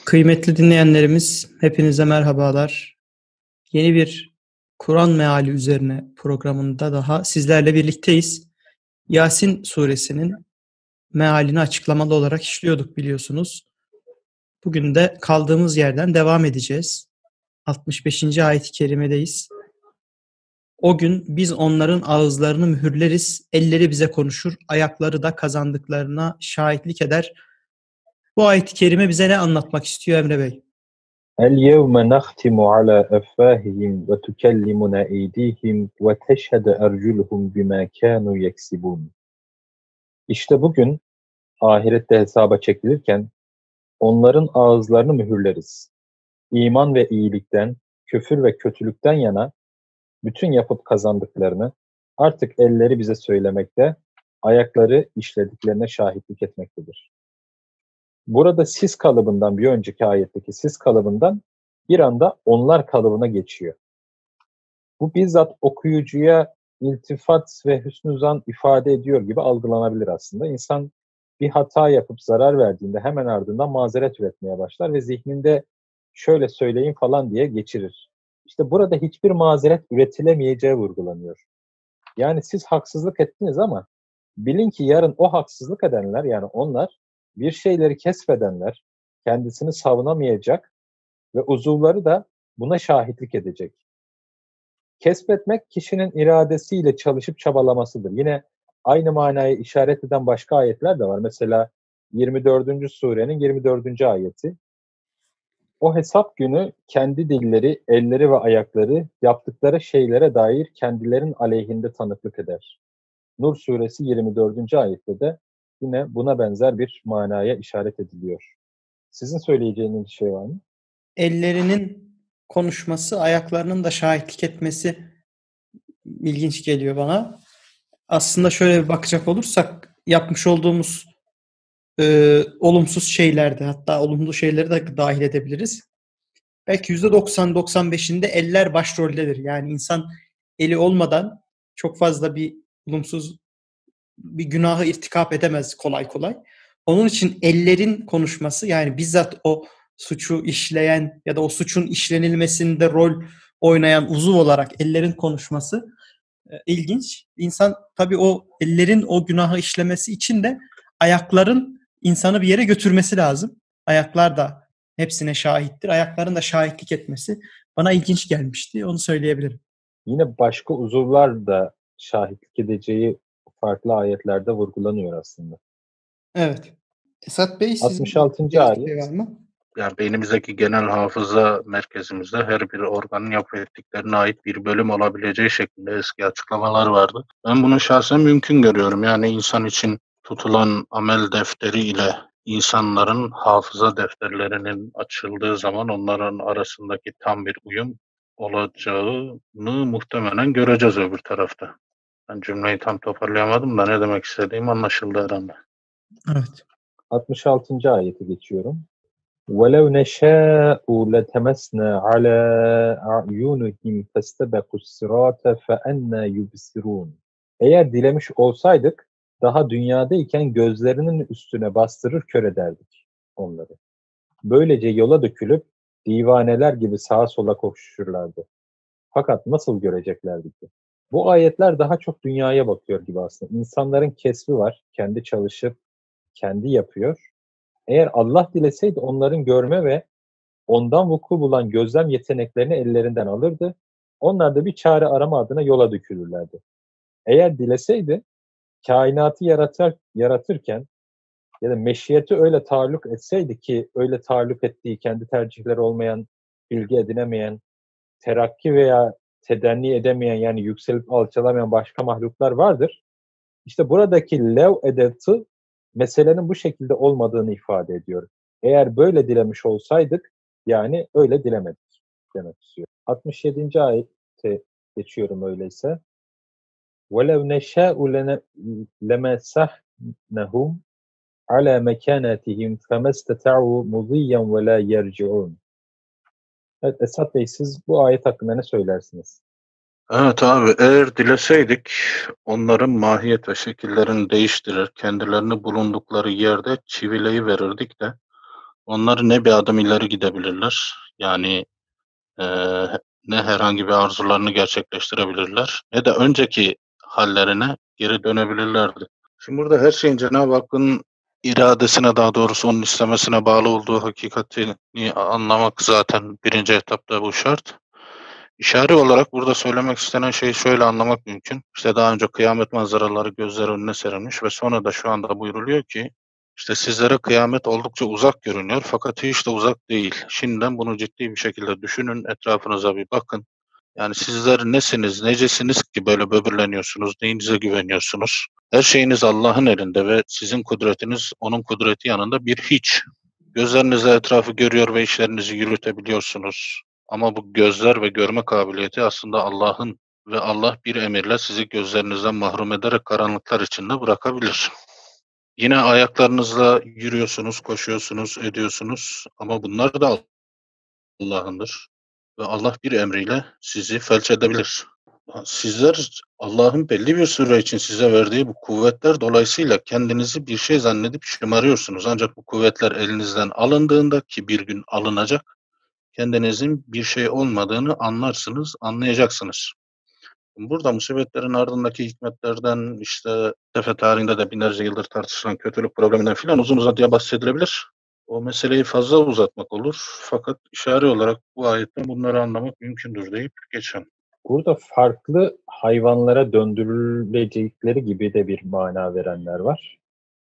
Kıymetli dinleyenlerimiz, hepinize merhabalar. Yeni bir Kur'an meali üzerine programında daha sizlerle birlikteyiz. Yasin suresinin mealini açıklamalı olarak işliyorduk biliyorsunuz. Bugün de kaldığımız yerden devam edeceğiz. 65. ayet-i kerimedeyiz. O gün biz onların ağızlarını mühürleriz, elleri bize konuşur, ayakları da kazandıklarına şahitlik eder. Bu ayet-i kerime bize ne anlatmak istiyor Emre Bey? اليوم نختم على أفواههم وتكلمنا أيديهم وتشهد أرجلهم بما كانوا يكسبون. İşte bugün ahirette hesaba çekilirken onların ağızlarını mühürleriz. İman ve iyilikten, küfür ve kötülükten yana bütün yapıp kazandıklarını artık elleri bize söylemekte, ayakları işlediklerine şahitlik etmektedir. Burada siz kalıbından, bir önceki ayetteki siz kalıbından bir anda onlar kalıbına geçiyor. Bu bizzat okuyucuya iltifat ve hüsnü zan ifade ediyor gibi algılanabilir aslında. İnsan bir hata yapıp zarar verdiğinde hemen ardından mazeret üretmeye başlar ve zihninde şöyle söyleyeyim falan diye geçirir. İşte burada hiçbir mazeret üretilemeyeceği vurgulanıyor. Yani siz haksızlık ettiniz ama bilin ki yarın o haksızlık edenler, yani onlar bir şeyleri kesbedenler, kendisini savunamayacak ve uzuvları da buna şahitlik edecek. Kesbetmek kişinin iradesiyle çalışıp çabalamasıdır. Yine aynı manaya işaret eden başka ayetler de var. Mesela 24. surenin 24. ayeti. O hesap günü kendi dilleri, elleri ve ayakları yaptıkları şeylere dair kendilerinin aleyhinde tanıklık eder. Nur suresi 24. ayette de yine buna benzer bir manaya işaret ediliyor. Sizin söyleyeceğiniz bir şey var mı? Ellerinin konuşması, ayaklarının da şahitlik etmesi ilginç geliyor bana. Aslında şöyle bir bakacak olursak yapmış olduğumuz olumsuz şeylerde, hatta olumlu şeyleri de dahil edebiliriz. Belki %90-95'inde eller başroldedir. Yani insan eli olmadan çok fazla bir olumsuz bir günahı irtikap edemez kolay kolay. Onun için ellerin konuşması, yani bizzat o suçu işleyen ya da o suçun işlenilmesinde rol oynayan uzuv olarak ellerin konuşması ilginç. İnsan tabii o ellerin o günahı işlemesi için de ayakların insanı bir yere götürmesi lazım. Ayaklar da hepsine şahittir. Ayakların da şahitlik etmesi bana ilginç gelmişti. Onu söyleyebilirim. Yine başka uzuvlar da şahitlik edeceği farklı ayetlerde vurgulanıyor aslında. Evet. Esat Bey, sizin 66. ayet. şey var mı? Yani beynimizdeki genel hafıza merkezimizde her bir organın yapı ettiklerine ait bir bölüm olabileceği şeklinde eski açıklamalar vardı. Ben bunu şahsen mümkün görüyorum. Yani insan için tutulan amel defteri ile insanların hafıza defterlerinin açıldığı zaman onların arasındaki tam bir uyum olacağını muhtemelen göreceğiz öbür tarafta. Ben cümleyi tam toparlayamadım da ne demek istediğim anlaşıldı herhalde. Evet. 66. ayeti geçiyorum. وَلَوْ نَشَاءُ لَتَمَسْنَا عَلَى أَعْيُنِهِمْ فَاسْتَبَقُوا الصِّرَاطَ فَأَنَّى يُبْصِرُونَ. Eğer dilemiş olsaydık daha dünyadayken gözlerinin üstüne bastırır kör ederdik onları. Böylece yola dökülüp divaneler gibi sağa sola koşuşurlardı. Fakat nasıl göreceklerdi ki? Bu ayetler daha çok dünyaya bakıyor gibi aslında. İnsanların kesbi var, kendi çalışıp kendi yapıyor. Eğer Allah dileseydi onların görme ve ondan vuku bulan gözlem yeteneklerini ellerinden alırdı. Onlar da bir çare arama adına yola dökülürlerdi. Eğer dileseydi kainatı yaratırken ya da meşiyeti öyle taalluk etseydi ki öyle taalluk ettiği kendi tercihleri olmayan, bilgi edinemeyen, terakki veya tedenni edemeyen, yani yükselip alçalamayan başka mahluklar vardır. İşte buradaki lev edatı meselenin bu şekilde olmadığını ifade ediyor. Eğer böyle dilemiş olsaydık, yani öyle dilemedik demek istiyor. 67. ayete geçiyorum öyleyse. وَلَوْ نَشَاءُ لَمَسَحْنَهُمْ عَلَى مَكَانَتِهِمْ فَمَا اسْتَطَاعُوا مُضِيًّا وَلَا يَرْجِعُونَ. Evet, Esat Bey, siz bu ayet hakkında ne söylersiniz? Evet abi, eğer dileseydik onların mahiyet ve şekillerini değiştirir, kendilerini bulundukları yerde çivileyi verirdik de Onlar ne bir adım ileri gidebilirler, yani ne herhangi bir arzularını gerçekleştirebilirler, ne de önceki hallerine geri dönebilirlerdi. Şimdi burada her şeyin Cenab-ı Hakk'ın iradesine, daha doğrusu onun istemesine bağlı olduğu hakikatini anlamak zaten birinci etapta bu şart. İşari olarak burada söylemek istenen şeyi şöyle anlamak mümkün. İşte daha önce kıyamet manzaraları gözler önüne serilmiş ve sonra da şu anda buyruluyor ki işte sizlere kıyamet oldukça uzak görünüyor fakat hiç de uzak değil. Şimdiden bunu ciddi bir şekilde düşünün, etrafınıza bir bakın. Yani sizler nesiniz, necesiniz ki böyle böbürleniyorsunuz, neyinize güveniyorsunuz? Her şeyiniz Allah'ın elinde ve sizin kudretiniz onun kudreti yanında bir hiç. Gözlerinizle etrafı görüyor ve işlerinizi yürütebiliyorsunuz. Ama bu gözler ve görme kabiliyeti aslında Allah'ın ve Allah bir emirle sizi gözlerinizden mahrum ederek karanlıklar içinde bırakabilir. Yine ayaklarınızla yürüyorsunuz, koşuyorsunuz, ediyorsunuz ama bunlar da Allah'ındır. Ve Allah bir emriyle sizi felç edebilir. Sizler Allah'ın belli bir süre için size verdiği bu kuvvetler dolayısıyla kendinizi bir şey zannedip şımarıyorsunuz. Ancak bu kuvvetler elinizden alındığında, ki bir gün alınacak, kendinizin bir şey olmadığını anlarsınız, anlayacaksınız. Burada musibetlerin ardındaki hikmetlerden, işte tefe tarihinde de binlerce yıldır tartışılan kötülük probleminden filan uzun uzadıya bahsedilebilir. O meseleyi fazla uzatmak olur. Fakat işari olarak bu ayetten bunları anlamak mümkündür deyip geçen. Burada farklı hayvanlara döndürülecekleri gibi de bir mana verenler var.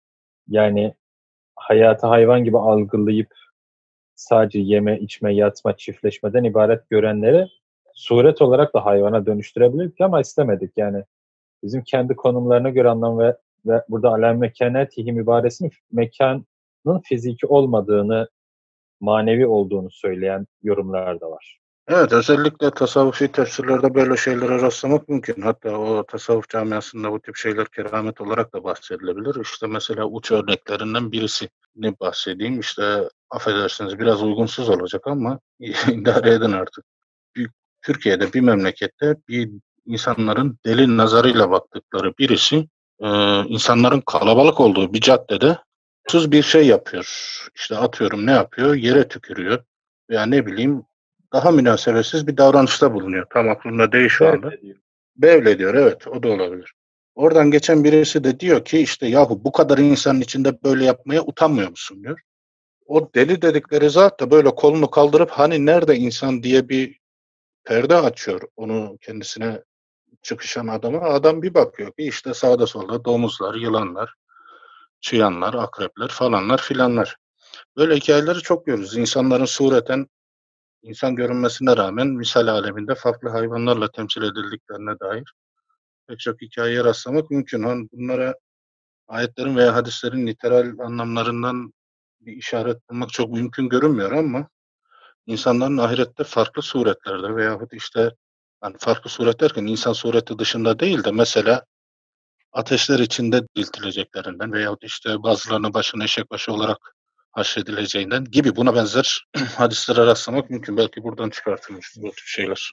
Yani hayatı hayvan gibi algılayıp sadece yeme, içme, yatma, çiftleşmeden ibaret görenleri suret olarak da hayvana dönüştürebilirdik ama istemedik. Yani bizim kendi konumlarına göre anlam ve burada alem mekanetihim ibaresinin mekanın fiziki olmadığını, manevi olduğunu söyleyen yorumlar da var. Evet, özellikle tasavvufi tefsirlerde böyle şeylere rastlamak mümkün. Hatta o tasavvuf camiasında bu tip şeyler keramet olarak da bahsedilebilir. İşte mesela uç örneklerinden birisini bahsedeyim. İşte affedersiniz biraz uygunsuz olacak ama idare edin artık. Türkiye'de bir memlekette bir insanların deli nazarıyla baktıkları birisi insanların kalabalık olduğu bir caddede bir şey yapıyor. İşte atıyorum ne yapıyor? Yere tükürüyor. Veya ne bileyim daha münasebetsiz bir davranışta bulunuyor. Tam aklımda değil şu anda. Bevlediyor, evet, o da olabilir. Oradan geçen birisi de diyor ki işte yahu bu kadar insanın içinde böyle yapmaya utanmıyor musun diyor. O deli dedikleri zat da böyle kolunu kaldırıp hani nerede insan diye bir perde açıyor onu kendisine çıkışan adama. Adam bir bakıyor ki işte sağda solda domuzlar, yılanlar, çıyanlar, akrepler falanlar filanlar. Böyle hikayeleri çok görürüz. İnsanların sureten insan görünmesine rağmen misal aleminde farklı hayvanlarla temsil edildiklerine dair pek çok hikayeye rastlamak mümkün. Bunlara ayetlerin veya hadislerin literal anlamlarından bir işaret bulmak çok mümkün görünmüyor ama insanların ahirette farklı suretlerde veyahut işte yani farklı suret derken insan sureti dışında değil de mesela ateşler içinde diriltileceklerinden veyahut işte bazılarının başına eşek başı olarak haşredileceğinden gibi buna benzer hadislere rastlamak mümkün. Belki buradan çıkartılmış bu tür şeyler.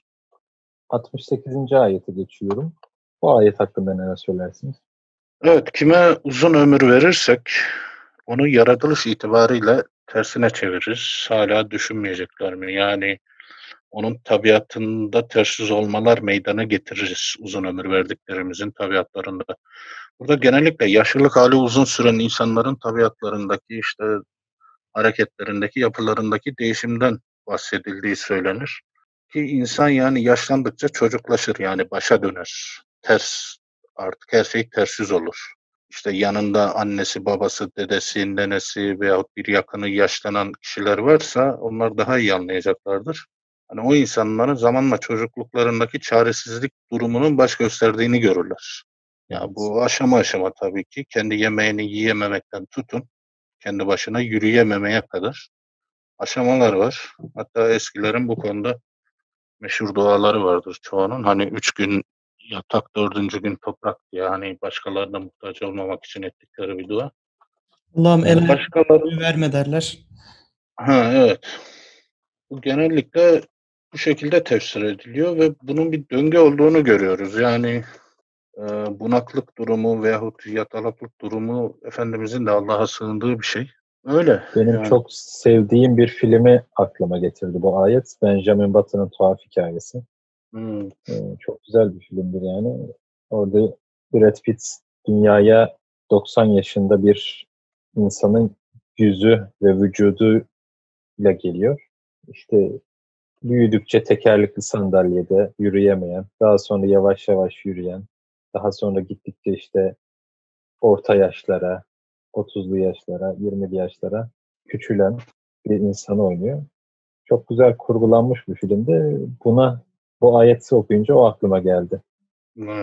68. ayete geçiyorum. Bu ayet hakkında neler söylersiniz? Evet, kime uzun ömür verirsek onu yaratılış itibariyle tersine çeviririz. Hala düşünmeyecekler mi? Yani onun tabiatında tersiz olmalar meydana getiririz uzun ömür verdiklerimizin tabiatlarında. Burada genellikle yaşlılık hali uzun süren insanların tabiatlarındaki işte hareketlerindeki, yapılarındaki değişimden bahsedildiği söylenir. Ki insan yani yaşlandıkça çocuklaşır yani başa döner. Ters, artık her şey tersiz olur. İşte yanında annesi, babası, dedesi, nenesi veyahut bir yakını yaşlanan kişiler varsa onlar daha iyi anlayacaklardır. Hani o insanların zamanla çocukluklarındaki çaresizlik durumunun baş gösterdiğini görürler. Ya bu aşama aşama tabii ki kendi yemeğini yiyememekten tutun, kendi başına yürüyememeye kadar aşamalar var. Hatta eskilerin bu konuda meşhur duaları vardır çoğunun. Hani 3 gün yatak, 4. gün toprak diye hani başkalarına muhtaç olmamak için ettikleri bir dua. Allah'ım el Başkaları verme derler. evet. Bu genellikle bu şekilde tefsir ediliyor ve bunun bir döngü olduğunu görüyoruz. Yani bunaklık durumu veyahut yatalaklık durumu Efendimizin de Allah'a sığındığı bir şey. Öyle. Benim Yani. çok sevdiğim bir filmi aklıma getirdi bu ayet. Benjamin Button'ın Tuhaf Hikayesi. Çok güzel bir filmdir yani. Orada Brad Pitt dünyaya 90 yaşında bir insanın yüzü ve vücuduyla geliyor. İşte büyüdükçe tekerlekli sandalyede yürüyemeyen, daha sonra yavaş yavaş yürüyen, daha sonra gittikçe işte orta yaşlara, 30'lu yaşlara, 20'li yaşlara küçülen bir insanı oynuyor. Çok güzel kurgulanmış bir filmde. Bu ayeti okuyunca o aklıma geldi. Evet.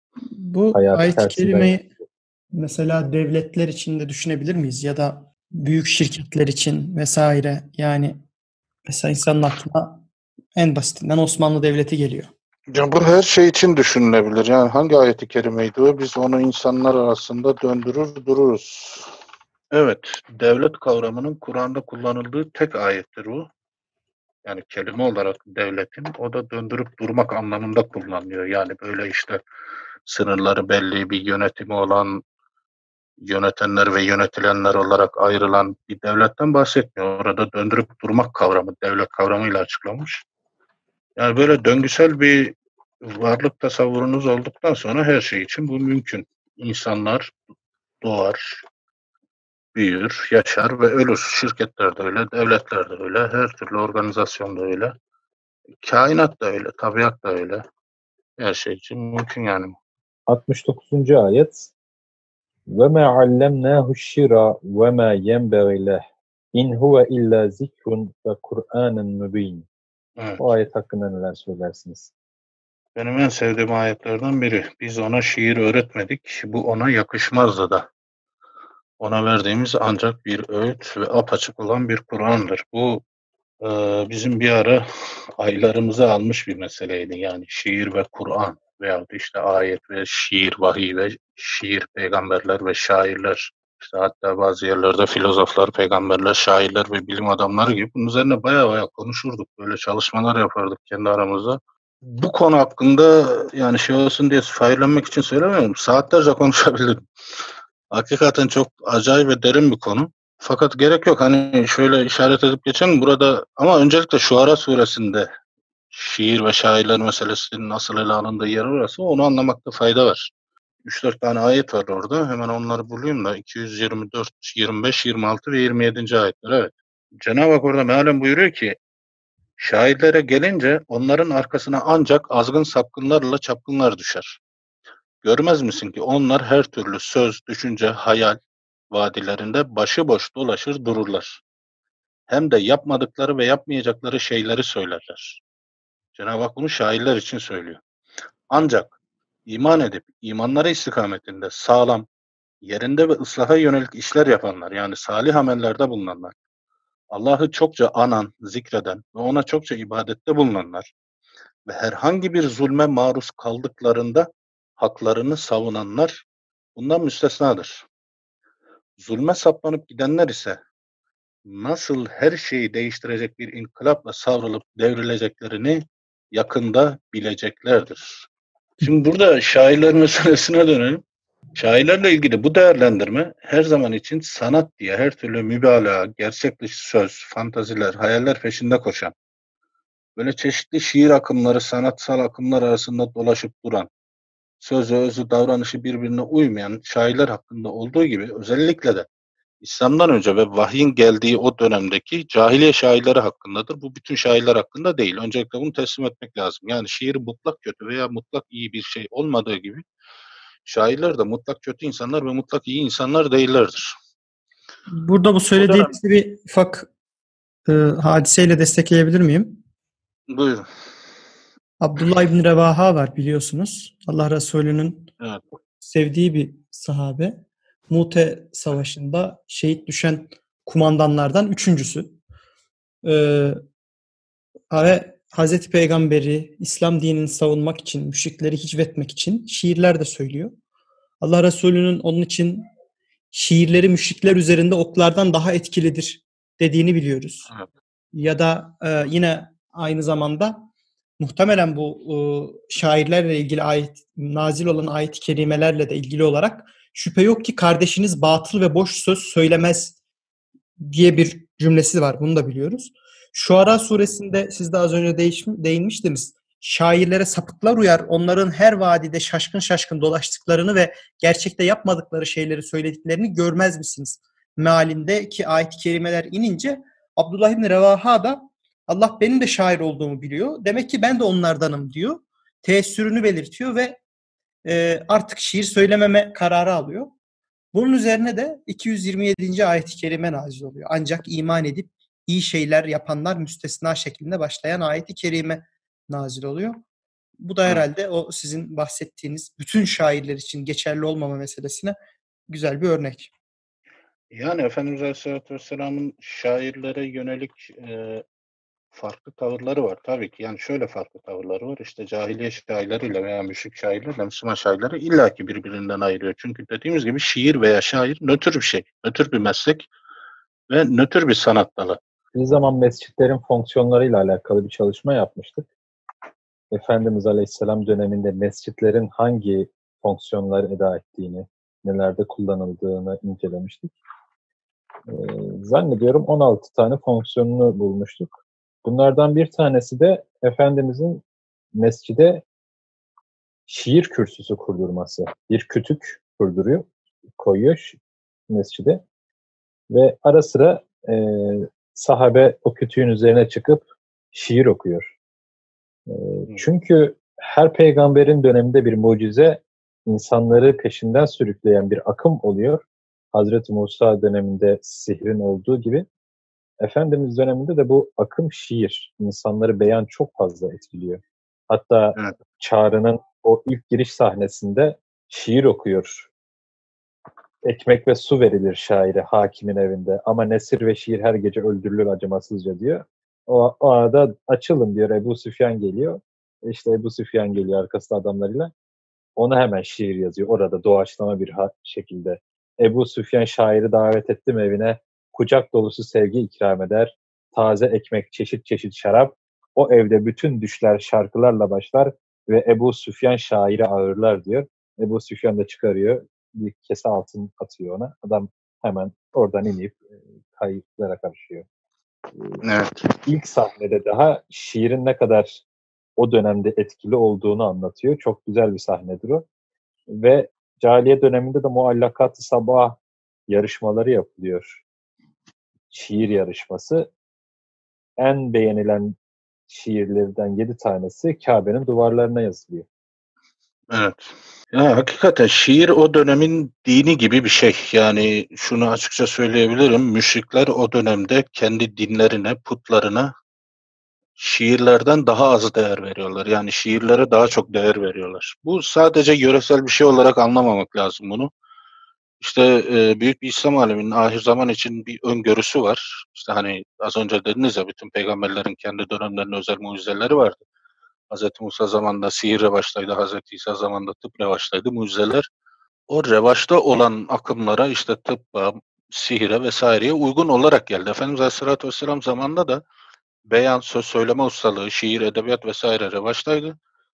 Bu Hayatı ayet-i tersinden kerimeyi mesela devletler için de düşünebilir miyiz? Ya da büyük şirketler için vesaire. Yani mesela insanın aklına en basitinden Osmanlı Devleti geliyor. Ya bu her şey için düşünülebilir. Yani hangi ayet-i kerimeydi o? Biz onu insanlar arasında döndürür dururuz. Evet, devlet kavramının Kur'an'da kullanıldığı tek ayettir bu. Yani kelime olarak devletin, o da döndürüp durmak anlamında kullanılıyor. Yani böyle işte sınırları belli, bir yönetimi olan, yönetenler ve yönetilenler olarak ayrılan bir devletten bahsetmiyor. Orada döndürüp durmak kavramı, devlet kavramıyla açıklanmış. Yani böyle döngüsel bir varlık tasavvurunuz olduktan sonra her şey için bu mümkün. İnsanlar doğar, büyür, yaşar ve ölür. Şirketler de öyle, devletler de öyle, her türlü organizasyon da öyle. Kainat da öyle, tabiat da öyle. Her şey için mümkün yani. 69. ayet وَمَا عَلَّمْنَاهُ الشِّرَى وَمَا يَنْبَغِي لَهُ اِنْ هُوَ اِلَّا ذِكْرٌ وَقُرْآنٌ مُب۪ينٌ. Evet. O ayet hakkında neler söylersiniz? Benim en sevdiğim ayetlerden biri. Biz ona şiir öğretmedik, bu ona yakışmazdı da. Ona verdiğimiz ancak bir öğüt ve apaçık olan bir Kur'an'dır. Bu bizim bir ara aylarımızı almış bir meseleydi. Yani şiir ve Kur'an veyahut işte ayet ve şiir, vahiy ve şiir, peygamberler ve şairler. İşte hatta bazı yerlerde filozoflar, peygamberler, şairler ve bilim adamları gibi bunun üzerine baya konuşurduk. Böyle çalışmalar yapardık kendi aramızda. Bu konu hakkında yani şey olsun diye fayırlanmak için söylemiyorum. Saatlerce konuşabilirim. Hakikaten çok acayip ve derin bir konu. Fakat gerek yok. Hani şöyle işaret edip geçelim burada ama öncelikle Şuara suresinde şiir ve şairler meselesinin nasıl ele alındığı yer orası. Onu anlamakta fayda var. 3-4 tane ayet var orada. Hemen onları bulayım da 224, 25, 26 ve 27. ayetler. Evet. Cenab-ı Hak orada mealen buyuruyor ki şairlere gelince onların arkasına ancak azgın sapkınlarla çapkınlar düşer. Görmez misin ki onlar her türlü söz, düşünce, hayal vadilerinde başıboş dolaşır dururlar. Hem de yapmadıkları ve yapmayacakları şeyleri söylerler. Cenab-ı Hak bunu şairler için söylüyor. Ancak iman edip imanları istikametinde sağlam, yerinde ve ıslaha yönelik işler yapanlar, yani salih amellerde bulunanlar, Allah'ı çokça anan, zikreden ve ona çokça ibadette bulunanlar ve herhangi bir zulme maruz kaldıklarında haklarını savunanlar bundan müstesnadır. Zulme saplanıp gidenler ise nasıl her şeyi değiştirecek bir inkılapla savrulup devrileceklerini yakında bileceklerdir. Şimdi burada şairler meselesine dönelim. Şairlerle ilgili bu değerlendirme her zaman için sanat diye her türlü mübalağa, gerçek dışı söz, fantaziler, hayaller peşinde koşan, böyle çeşitli şiir akımları, sanatsal akımlar arasında dolaşıp duran, sözü, özü, davranışı birbirine uymayan şairler hakkında olduğu gibi özellikle de İslam'dan önce ve vahyin geldiği o dönemdeki cahiliye şairleri hakkındadır. Bu bütün şairler hakkında değil. Öncelikle bunu teslim etmek lazım. Yani şiir mutlak kötü veya mutlak iyi bir şey olmadığı gibi şairler de mutlak kötü insanlar ve mutlak iyi insanlar değillerdir. Burada bu O dönem... söylediğinizi bir ufak hadiseyle destekleyebilir miyim? Buyurun. Abdullah İbni Revaha var biliyorsunuz. Allah Resulü'nün Evet. sevdiği bir sahabe. Mute Savaşı'nda şehit düşen kumandanlardan üçüncüsü. Ve Hazreti Peygamber'i, İslam dinini savunmak için, müşrikleri hicvetmek için şiirler de söylüyor. Allah Resulü'nün onun için şiirleri müşrikler üzerinde oklardan daha etkilidir dediğini biliyoruz. Evet. Ya da yine aynı zamanda muhtemelen bu şairlerle ilgili nazil olan ayet-i kerimelerle de ilgili olarak şüphe yok ki kardeşiniz batıl ve boş söz söylemez diye bir cümlesi var. Bunu da biliyoruz. Şuara suresinde siz de az önce değinmiştiniz. Şairlere sapıklar uyar. Onların her vadide şaşkın şaşkın dolaştıklarını ve gerçekte yapmadıkları şeyleri söylediklerini görmez misiniz? Mealindeki ayet-i kerimeler inince Abdullah İbni Revaha da Allah benim de şair olduğumu biliyor. Demek ki ben de onlardanım diyor. Teessürünü belirtiyor ve artık şiir söylememe kararı alıyor. Bunun üzerine de 227. ayet-i kerime nazil oluyor. Ancak iman edip iyi şeyler yapanlar müstesna şeklinde başlayan ayet-i kerime nazil oluyor. Bu da herhalde o sizin bahsettiğiniz bütün şairler için geçerli olmama meselesine güzel bir örnek. Yani Efendimiz Aleyhisselatü Vesselam'ın şairlere yönelik farklı tavırları var. Tabii ki yani şöyle farklı tavırları var. İşte cahiliye şairleriyle veya müşrik şairlerle Müslüman şairleri illaki birbirinden ayırıyor. Çünkü dediğimiz gibi şiir veya şair nötr bir şey. Nötr bir meslek ve nötr bir sanat dalı. Bir zaman mescitlerin fonksiyonlarıyla alakalı bir çalışma yapmıştık. Efendimiz Aleyhisselam döneminde mescitlerin hangi fonksiyonları eda ettiğini, nelerde kullanıldığını incelemiştik. Zannediyorum 16 tane fonksiyonunu bulmuştuk. Bunlardan bir tanesi de Efendimizin mescide şiir kürsüsü kurdurması. Bir kütük koyuyor mescide ve ara sıra sahabe o kütüğün üzerine çıkıp şiir okuyor. Çünkü her peygamberin döneminde bir mucize insanları peşinden sürükleyen bir akım oluyor. Hazreti Musa döneminde sihrin olduğu gibi Efendimiz döneminde de bu akım şiir. İnsanları beyan çok fazla etkiliyor. Hatta Çağrı'nın o ilk giriş sahnesinde şiir okuyor. Ekmek ve su verilir şaire hakimin evinde ama nesir ve şiir her gece öldürülür acımasızca diyor. O arada açılın diyor, Ebu Süfyan geliyor. İşte Ebu Süfyan geliyor arkasında adamlarıyla. Ona hemen şiir yazıyor orada doğaçlama bir şekilde. Ebu Süfyan şairi davet ettim evine. Kucak dolusu sevgi ikram eder. Taze ekmek, çeşit çeşit şarap. O evde bütün düşler şarkılarla başlar ve Ebu Süfyan şairi ağırlar diyor. Ebu Süfyan da çıkarıyor. Bir kese altın atıyor ona. Adam hemen oradan inip kayıtlara karışıyor. Evet. İlk sahnede daha şiirin ne kadar o dönemde etkili olduğunu anlatıyor. Çok güzel bir sahnedir o. Ve Cahiliye döneminde de Muallakat-ı Sabah yarışmaları yapılıyor. Şiir yarışması. En beğenilen şiirlerden 7 tanesi Kabe'nin duvarlarına yazılıyor. Evet. Ya hakikaten şiir o dönemin dini gibi bir şey. Yani şunu açıkça söyleyebilirim. Müşrikler o dönemde kendi dinlerine, putlarına şiirlerden daha az değer veriyorlar. Yani şiirlere daha çok değer veriyorlar. Bu sadece yöresel bir şey olarak anlamamak lazım bunu. İşte büyük bir İslam aleminin ahir zaman için bir öngörüsü var. İşte hani az önce dediniz ya bütün peygamberlerin kendi dönemlerine özel mucizeleri vardı. Hazreti Musa zamanında sihir revaçtaydı, Hazreti İsa zamanında tıp revaçtaydı, mucizeler. O revaçta olan akımlara işte tıbba, sihire vesaireye uygun olarak geldi. Efendimiz Aleyhisselatü Vesselam zamanında da beyan, söz söyleme ustalığı, şiir, edebiyat vesaire revaçtaydı.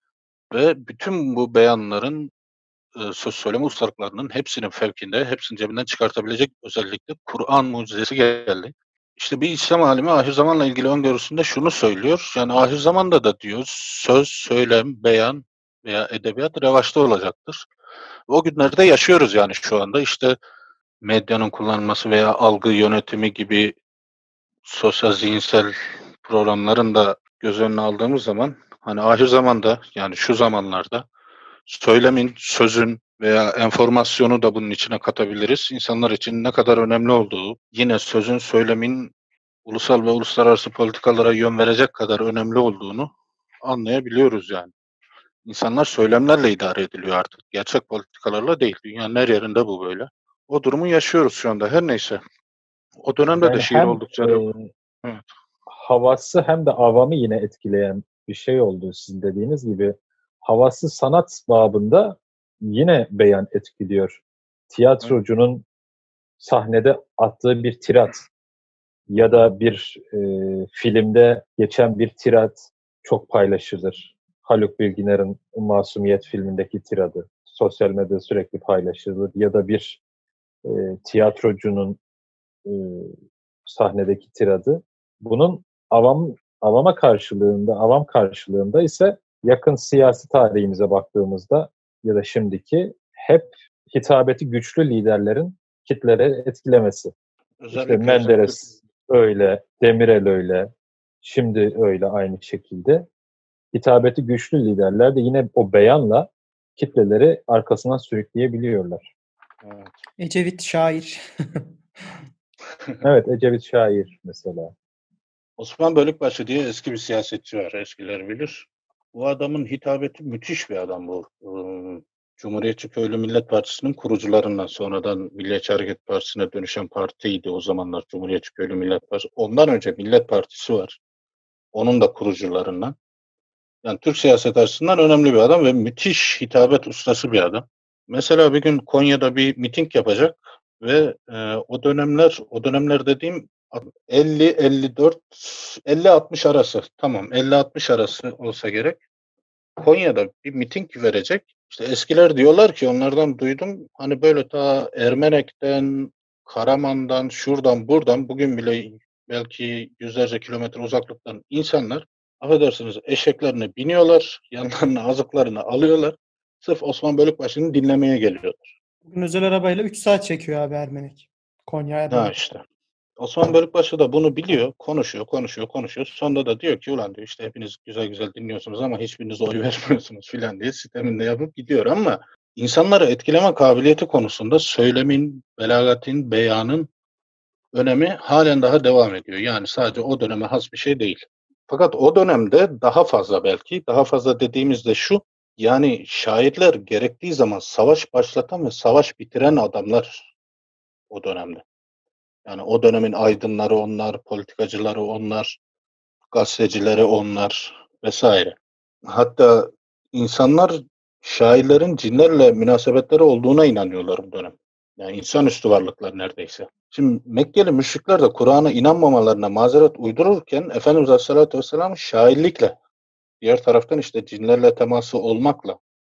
Ve bütün bu beyanların, söz söyleme ustalıklarının hepsinin fevkinde, hepsini cebinden çıkartabilecek özellikle Kur'an mucizesi geldi. İşte bir İslam alimi ahir zamanla ilgili öngörüsünde şunu söylüyor. Yani ahir zamanda da diyor söz, söylem, beyan veya edebiyat revaçta olacaktır. O günlerde yaşıyoruz yani şu anda. İşte medyanın kullanılması veya algı yönetimi gibi sosyal zihinsel programların da göz önüne aldığımız zaman hani ahir zamanda yani şu zamanlarda söylemin, sözün veya enformasyonu da bunun içine katabiliriz. İnsanlar için ne kadar önemli olduğu, yine sözün, söylemin ulusal ve uluslararası politikalara yön verecek kadar önemli olduğunu anlayabiliyoruz yani. İnsanlar söylemlerle idare ediliyor artık. Gerçek politikalarla değil. Dünyanın her yerinde bu böyle. O durumu yaşıyoruz şu anda. Her neyse. O dönemde de Yani şiir hem oldukça... Evet. havası hem de avamı yine etkileyen bir şey oldu sizin dediğiniz gibi. Havası sanat babında yine beyan etkiliyor. Tiyatrocunun sahnede attığı bir tirat ya da bir filmde geçen bir tirat çok paylaşılır. Haluk Bilginer'in Masumiyet filmindeki tiradı sosyal medyada sürekli paylaşılır ya da bir tiyatrocunun sahnedeki tiradı. Bunun avam karşılığında ise yakın siyasi tarihimize baktığımızda ya da şimdiki hep hitabeti güçlü liderlerin kitlere etkilemesi. İşte Menderes öyle, Demirel öyle, şimdi öyle aynı şekilde. Hitabeti güçlü liderler de yine o beyanla kitleleri arkasından sürükleyebiliyorlar. Evet. Ecevit şair. Evet, Ecevit şair mesela. Osman Bölükbaşı diye eski bir siyasetçi var, eskiler bilir. Bu adamın hitabeti müthiş bir adam bu. Cumhuriyetçi Köylü Millet Partisi'nin kurucularından, sonradan Milliyetçi Hareket Partisi'ne dönüşen partiydi o zamanlar Cumhuriyetçi Köylü Millet Partisi. Ondan önce Millet Partisi var. Onun da kurucularından. Yani Türk siyaset açısından önemli bir adam ve müthiş hitabet ustası bir adam. Mesela bir gün Konya'da bir miting yapacak ve o dönemler dediğim 50-60 arası, tamam 50-60 arası olsa gerek. Konya'da bir miting verecek. İşte eskiler diyorlar ki, onlardan duydum, hani böyle ta Ermenek'ten, Karaman'dan, şuradan buradan, bugün bile belki yüzlerce kilometre uzaklıktan insanlar, affedersiniz, eşeklerine biniyorlar, yanlarına azıklarını alıyorlar. Sırf Osman Bölükbaşı'nı dinlemeye geliyorlar. Bugün özel arabayla 3 saat çekiyor abi Ermenek. Konya Ha Ermenek. işte. Osman Bölükbaşı da bunu biliyor. Konuşuyor. Sonunda da diyor ki, ulan diyor, işte hepiniz güzel güzel dinliyorsunuz ama hiçbiriniz oy vermiyorsunuz filan diye siteminde yapıp gidiyor. Ama insanları etkileme kabiliyeti konusunda söylemin, belagatin, beyanın önemi halen daha devam ediyor. Yani sadece o döneme has bir şey değil. Fakat o dönemde daha fazla, belki daha fazla dediğimizde şu, yani şairler gerektiği zaman savaş başlatan ve savaş bitiren adamlar o dönemde. Yani o dönemin aydınları onlar, politikacıları onlar, gazetecileri onlar vesaire. Hatta insanlar şairlerin cinlerle münasebetleri olduğuna inanıyorlar bu dönem. Yani insanüstü varlıklar neredeyse. Şimdi Mekkeli müşrikler de Kur'an'a inanmamalarına mazeret uydururken Efendimiz Aleyhisselatü Vesselam şairlikle, diğer taraftan işte cinlerle teması olmakla,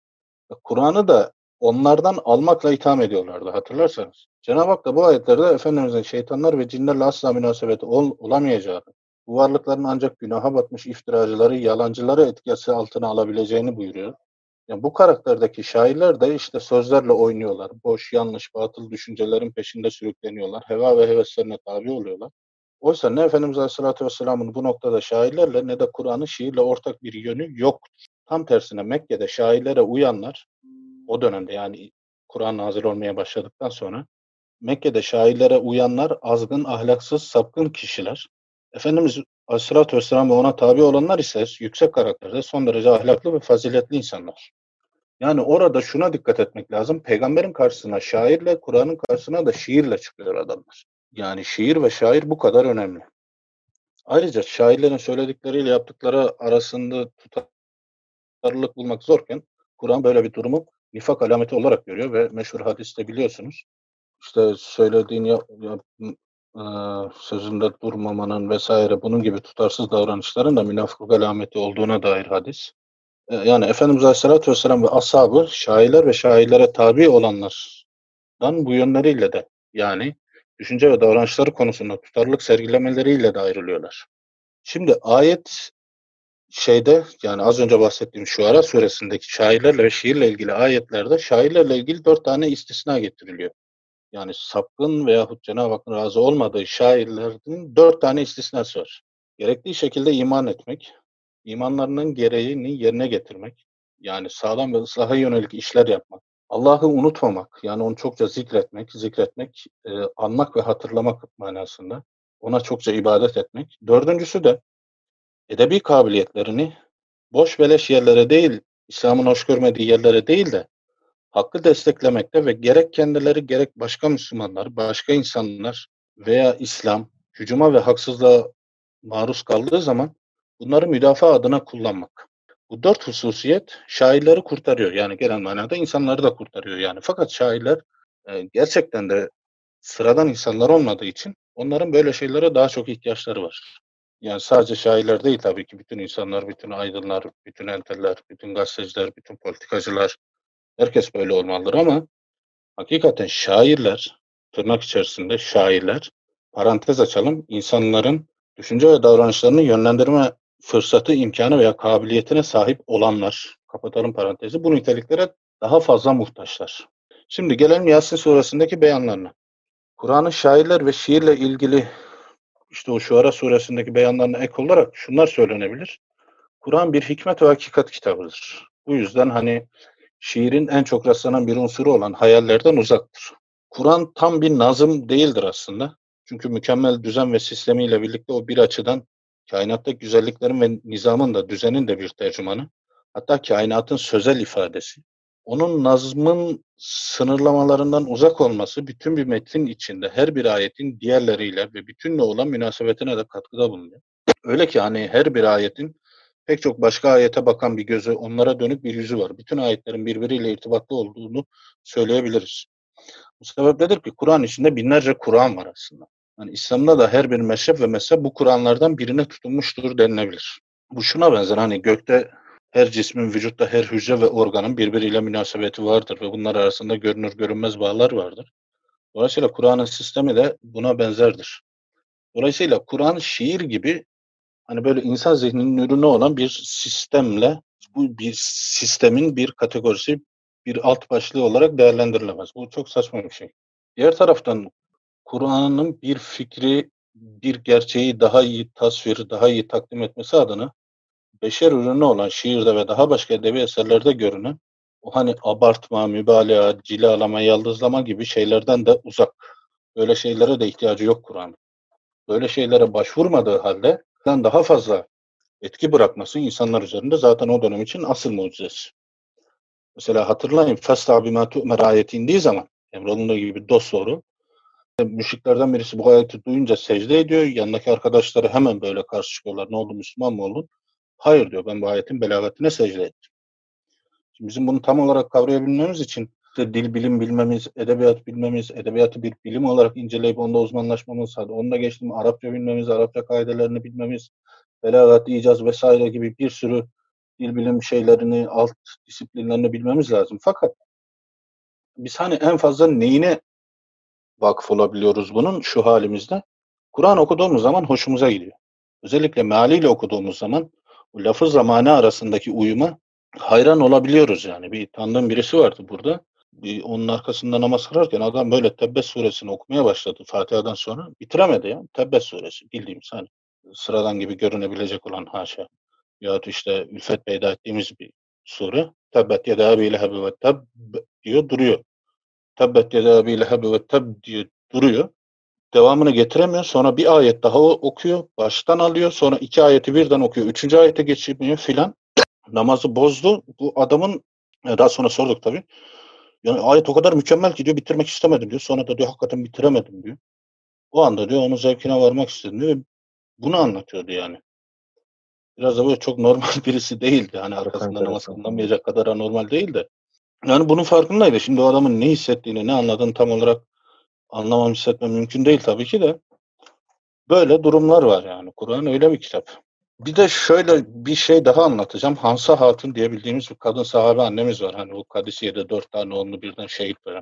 Kur'an'ı da onlardan almakla itham ediyorlardı, hatırlarsanız. Cenab-ı Hak da bu ayetlerde Efendimiz'in şeytanlar ve cinlerle asla münasebeti olamayacağını, bu varlıkların ancak günaha batmış iftiracıları, yalancıları etkisi altına alabileceğini buyuruyor. Yani bu karakterdeki şairler de işte sözlerle oynuyorlar. Boş, yanlış, batıl düşüncelerin peşinde sürükleniyorlar. Heva ve heveslerine tabi oluyorlar. Oysa ne Efendimiz Aleyhisselatü Vesselam'ın bu noktada şairlerle ne de Kur'an'ın şiirle ortak bir yönü yoktur. Tam tersine Mekke'de şairlere uyanlar, o dönemde yani Kur'an nazil olmaya başladıktan sonra Mekke'de şairlere uyanlar azgın, ahlaksız, sapkın kişiler. Efendimiz Aleyhisselatü Vesselam ve ona tabi olanlar ise yüksek karakterde, son derece ahlaklı ve faziletli insanlar. Yani orada şuna dikkat etmek lazım. Peygamberin karşısına şairle, Kur'an'ın karşısına da şiirle çıkıyor adamlar. Yani şiir ve şair bu kadar önemli. Ayrıca şairlerin söyledikleriyle yaptıkları arasında tutarlılık bulmak zorken Kur'an böyle bir durumu nifak alameti olarak görüyor ve meşhur hadiste biliyorsunuz, işte söylediğin sözünde durmamanın vesaire, bunun gibi tutarsız davranışların da münafıklık alameti olduğuna dair hadis. Yani Efendimiz Aleyhisselatü Vesselam ve ashabı şairler ve şairlere tabi olanlardan bu yönleriyle de, yani düşünce ve davranışları konusunda tutarlılık sergilemeleriyle de ayrılıyorlar. Şimdi ayet yani az önce bahsettiğim Şuara suresindeki şairlerle ve şiirle ilgili ayetlerde şairlerle ilgili 4 tane istisna getiriliyor. Yani sapkın veyahut Cenab-ı Hakk'ın razı olmadığı şairlerin 4 tane istisnası var. Gerektiği şekilde iman etmek, imanlarının gereğini yerine getirmek, yani sağlam ve ıslaha yönelik işler yapmak, Allah'ı unutmamak, yani onu çokça zikretmek, anmak ve hatırlamak manasında, ona çokça ibadet etmek. Dördüncüsü de edebi kabiliyetlerini boş beleş yerlere değil, İslam'ın hoş görmediği yerlere değil de hakkı desteklemekte ve gerek kendileri gerek başka Müslümanlar, başka insanlar veya İslam hücuma ve haksızlığa maruz kaldığı zaman bunları müdafaa adına kullanmak. Bu 4 hususiyet şairleri kurtarıyor. Yani genel manada insanları da kurtarıyor yani. Fakat şairler gerçekten de sıradan insanlar olmadığı için onların böyle şeylere daha çok ihtiyaçları var. Yani sadece şairler değil tabii ki, bütün insanlar, bütün aydınlar, bütün enteller, bütün gazeteciler, bütün politikacılar, herkes böyle olmalıdır ama hakikaten şairler, tırnak içerisinde şairler, parantez açalım, insanların düşünce ve davranışlarını yönlendirme fırsatı, imkanı veya kabiliyetine sahip olanlar, kapatalım parantezi, bu niteliklere daha fazla muhtaçlar. Şimdi gelelim Yasin suresindeki beyanlarına. Kur'an'ın şairler ve şiirle ilgili işte o Şuara suresindeki beyanlarına ek olarak şunlar söylenebilir. Kur'an bir hikmet ve hakikat kitabıdır. Bu yüzden hani şiirin en çok rastlanan bir unsuru olan hayallerden uzaktır. Kur'an tam bir nazım değildir aslında. Çünkü mükemmel düzen ve sistemiyle birlikte o bir açıdan kainattaki güzelliklerin ve nizamın da düzenin de bir tercümanı. Hatta kainatın sözel ifadesi. Onun nazmın sınırlamalarından uzak olması bütün bir metnin içinde her bir ayetin diğerleriyle ve bütünle olan münasebetine de katkıda bulunuyor. Öyle ki hani her bir ayetin pek çok başka ayete bakan bir gözü, onlara dönük bir yüzü var. Bütün ayetlerin birbiriyle irtibatlı olduğunu söyleyebiliriz. Bu sebepledir ki Kur'an içinde binlerce Kur'an var aslında. Yani İslam'da da her bir mezhep ve mezhep bu Kur'anlardan birine tutunmuştur denilebilir. Bu şuna benzer, hani gökte her cismin, vücutta her hücre ve organın birbiriyle münasebeti vardır ve bunlar arasında görünür görünmez bağlar vardır. Dolayısıyla Kur'an'ın sistemi de buna benzerdir. Dolayısıyla Kur'an şiir gibi hani böyle insan zihninin ürünü olan bir sistemle, bu bir sistemin bir kategorisi, bir alt başlığı olarak değerlendirilemez. Bu çok saçma bir şey. Diğer taraftan Kur'an'ın bir fikri, bir gerçeği daha iyi tasvir, daha iyi takdim etmesi adına beşer ürünü olan şiirde ve daha başka edebi eserlerde görünen o hani abartma, mübalağa, cilalama, yaldızlama gibi şeylerden de uzak. Böyle şeylere de ihtiyacı yok Kur'an'ın. Böyle şeylere başvurmadığı halde daha fazla etki bırakması insanlar üzerinde zaten o dönem için asıl mucizesi. Mesela hatırlayın, Festâ bimâ tu'mer ayeti indiği zaman emrolunduğu gibi dosdoğru müşriklerden birisi bu ayeti duyunca secde ediyor. Yanındaki arkadaşları hemen böyle karşı çıkıyorlar. Ne oldu, Müslüman mı oldun? Hayır diyor, ben bu ayetin belagatine secde ettim. Şimdi bizim bunu tam olarak kavrayabilmemiz için işte dil bilim bilmemiz, edebiyat bilmemiz, edebiyatı bir bilim olarak inceleyip onda uzmanlaşmamız, hadi onu da geçtim, Arapça bilmemiz, Arapça kaidelerini bilmemiz, belagat, icaz vesaire gibi bir sürü dil bilim şeylerini, alt disiplinlerini bilmemiz lazım. Fakat biz hani en fazla neyine vakıf olabiliyoruz bunun şu halimizde? Kur'an okuduğumuz zaman hoşumuza gidiyor. Özellikle mealiyle okuduğumuz zaman bu lafızla mana arasındaki uyuma hayran olabiliyoruz yani. Bir tanıdığım birisi vardı burada. Onun arkasında namaz kılarken adam böyle Tebbet suresini okumaya başladı Fatiha'dan sonra. Bitiremedi ya. Tebbet suresi bildiğimiz hani sıradan gibi görünebilecek olan haşa. Yahut işte ülfet peyda ettiğimiz bir sure. Tebbet yeda Ebi Leheb ve Tebb diyor duruyor. Tebbet yeda Ebi Leheb ve Tebb diye duruyor. Devamını getiremiyor. Sonra bir ayet daha okuyor. Baştan alıyor. Sonra 2 ayeti birden okuyor. 3. ayete geçmiyor filan. Namazı bozdu. Bu adamın daha sonra sorduk tabii. Yani ayet o kadar mükemmel ki diyor, bitirmek istemedim diyor. Sonra da diyor hakikaten bitiremedim diyor. O anda diyor onun zevkine varmak istedim diyor. Bunu anlatıyordu yani. Biraz da böyle çok normal birisi değildi. Hani arkasında namaz kılınamayacak kadar anormal değil de. Yani bunun farkındaydı. Şimdi o adamın ne hissettiğini, ne anladığını tam olarak anlamam, hissetmem mümkün değil tabii ki de. Böyle durumlar var yani. Kur'an öyle bir kitap. Bir de şöyle bir şey daha anlatacağım. Hansa Hatun diye bildiğimiz bir kadın sahabe annemiz var. Hani o Kadisiye'de 4 tane oğlunu birden şehit veren.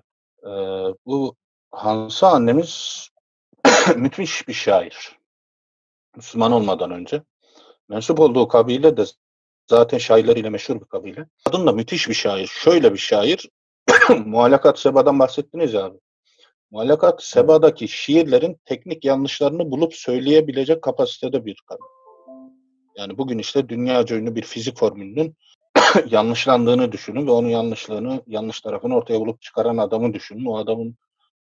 Bu Hansa annemiz müthiş bir şair. Müslüman olmadan önce. Mensup olduğu kabile de zaten şairleriyle meşhur bir kabile. Kadın da müthiş bir şair. Şöyle bir şair. Muallakat Seba'dan bahsettiniz ya abi. Muallakat Seba'daki şiirlerin teknik yanlışlarını bulup söyleyebilecek kapasitede bir kadın. Yani bugün işte dünyaca ünlü bir fizik formülünün yanlışlandığını düşünün ve onun yanlış tarafını ortaya bulup çıkaran adamı düşünün. O adamın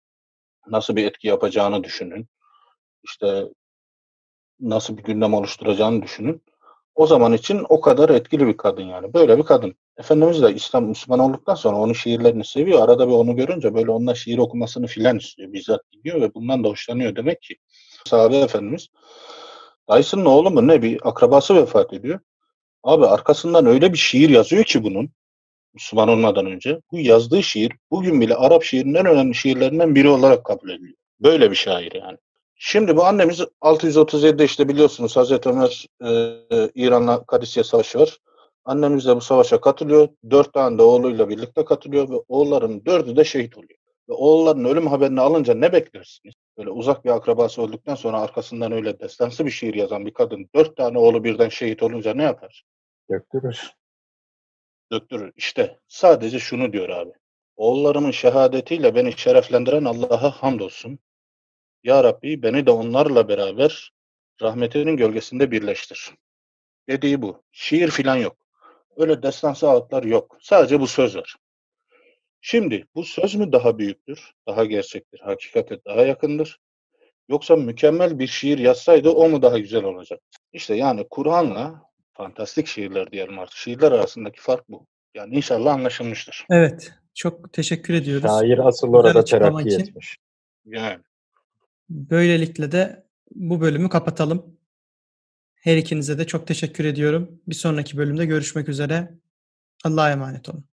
nasıl bir etki yapacağını düşünün. İşte nasıl bir gündem oluşturacağını düşünün. O zaman için o kadar etkili bir kadın yani. Böyle bir kadın. Efendimiz de İslam Müslüman olduktan sonra onun şiirlerini seviyor. Arada bir onu görünce böyle onunla şiir okumasını filan istiyor. Bizzat gidiyor ve bundan da hoşlanıyor demek ki. Sahabe Efendimiz dayısının oğlu mu ne bir akrabası vefat ediyor. Abi arkasından öyle bir şiir yazıyor ki bunun Müslüman olmadan önce. Bu yazdığı şiir bugün bile Arap şiirinin en önemli şiirlerinden biri olarak kabul ediliyor. Böyle bir şair yani. Şimdi bu annemiz 637'de işte biliyorsunuz Hazreti Ömer İran'la Kadisiye Savaşı var. Annemiz de bu savaşa katılıyor. 4 tane de oğluyla birlikte katılıyor ve oğulların 4'ü de şehit oluyor. Ve oğulların ölüm haberini alınca ne beklersiniz? Böyle uzak bir akrabası öldükten sonra arkasından öyle destansı bir şiir yazan bir kadın 4 tane oğlu birden şehit olunca ne yapar? Döktürür. Döktürür. İşte sadece şunu diyor abi. Oğullarımın şehadetiyle beni şereflendiren Allah'a hamdolsun. Ya Rabbi beni de onlarla beraber rahmetinin gölgesinde birleştir. Dediği bu. Şiir filan yok. Öyle destansı ağıtlar yok. Sadece bu söz var. Şimdi bu söz mü daha büyüktür, daha gerçektir, hakikate daha yakındır? Yoksa mükemmel bir şiir yazsaydı o mu daha güzel olacak? İşte yani Kur'an'la fantastik şiirler diyelim artık. Şiirler arasındaki fark bu. Yani inşallah anlaşılmıştır. Evet. Çok teşekkür ediyoruz. Şair asıl Güzel orada açıklama terakki için. etmiş. Yani Böylelikle de bu bölümü kapatalım. Her ikinize de çok teşekkür ediyorum. Bir sonraki bölümde görüşmek üzere. Allah'a emanet olun.